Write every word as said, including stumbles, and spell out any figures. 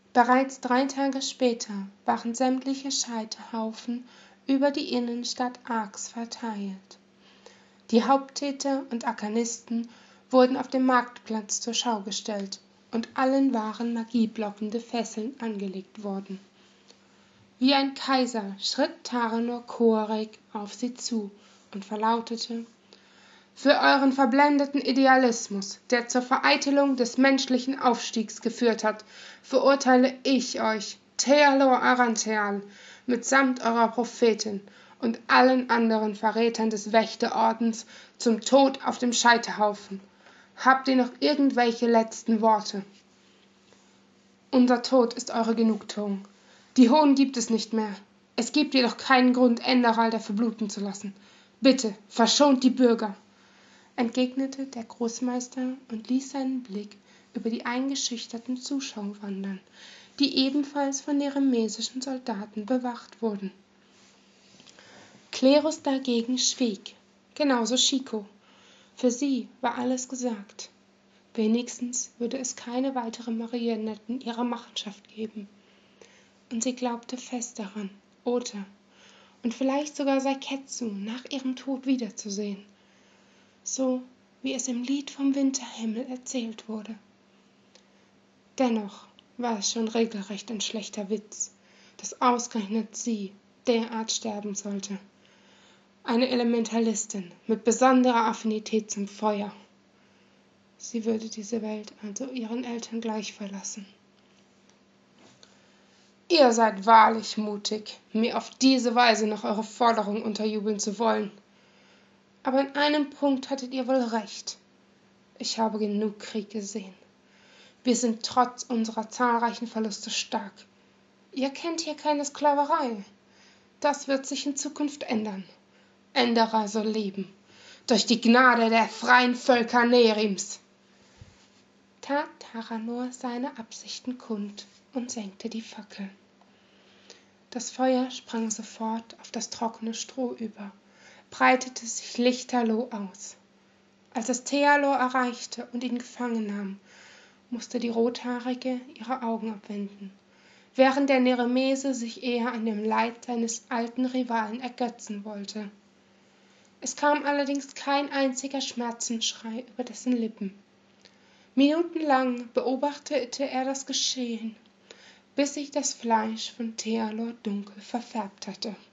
Bereits drei Tage später waren sämtliche Scheiterhaufen über die Innenstadt Arx verteilt. Die Haupttäter und Arkanisten wurden auf dem Marktplatz zur Schau gestellt, und allen waren magieblockende Fesseln angelegt worden. Wie ein Kaiser schritt Taranor Koarek auf sie zu und verlautete: Für euren verblendeten Idealismus, der zur Vereitelung des menschlichen Aufstiegs geführt hat, verurteile ich euch, Thealor Arantheal, mitsamt eurer Prophetin und allen anderen Verrätern des Wächterordens zum Tod auf dem Scheiterhaufen. Habt ihr noch irgendwelche letzten Worte? Unser Tod ist eure Genugtuung. Die Hohen gibt es nicht mehr. Es gibt jedoch keinen Grund, Enderalder verbluten zu lassen. Bitte, verschont die Bürger, entgegnete der Großmeister und ließ seinen Blick über die eingeschüchterten Zuschauer wandern, die ebenfalls von neremesischen Soldaten bewacht wurden. Klerus dagegen schwieg, genauso Chico. Für sie war alles gesagt. Wenigstens würde es keine weiteren Marionetten ihrer Machenschaft geben. Und sie glaubte fest daran, Ota und vielleicht sogar Saiketsu nach ihrem Tod wiederzusehen, so wie es im Lied vom Winterhimmel erzählt wurde. Dennoch war es schon regelrecht ein schlechter Witz, dass ausgerechnet sie derart sterben sollte. Eine Elementalistin mit besonderer Affinität zum Feuer. Sie würde diese Welt also ihren Eltern gleich verlassen. Ihr seid wahrlich mutig, mir auf diese Weise noch eure Forderung unterjubeln zu wollen. Aber in einem Punkt hattet ihr wohl recht. Ich habe genug Krieg gesehen. Wir sind trotz unserer zahlreichen Verluste stark. Ihr kennt hier keine Sklaverei. Das wird sich in Zukunft ändern. Enderer soll leben, durch die Gnade der freien Völker Nerims. Tat Taranor seine Absichten kund und senkte die Fackel. Das Feuer sprang sofort auf das trockene Stroh über, breitete sich lichterloh aus. Als es Thealor erreichte und ihn gefangen nahm, musste die Rothaarige ihre Augen abwenden, während der Neremese sich eher an dem Leid seines alten Rivalen ergötzen wollte. Es kam allerdings kein einziger Schmerzensschrei über dessen Lippen. Minutenlang beobachtete er das Geschehen, bis sich das Fleisch von Thealor dunkel verfärbt hatte.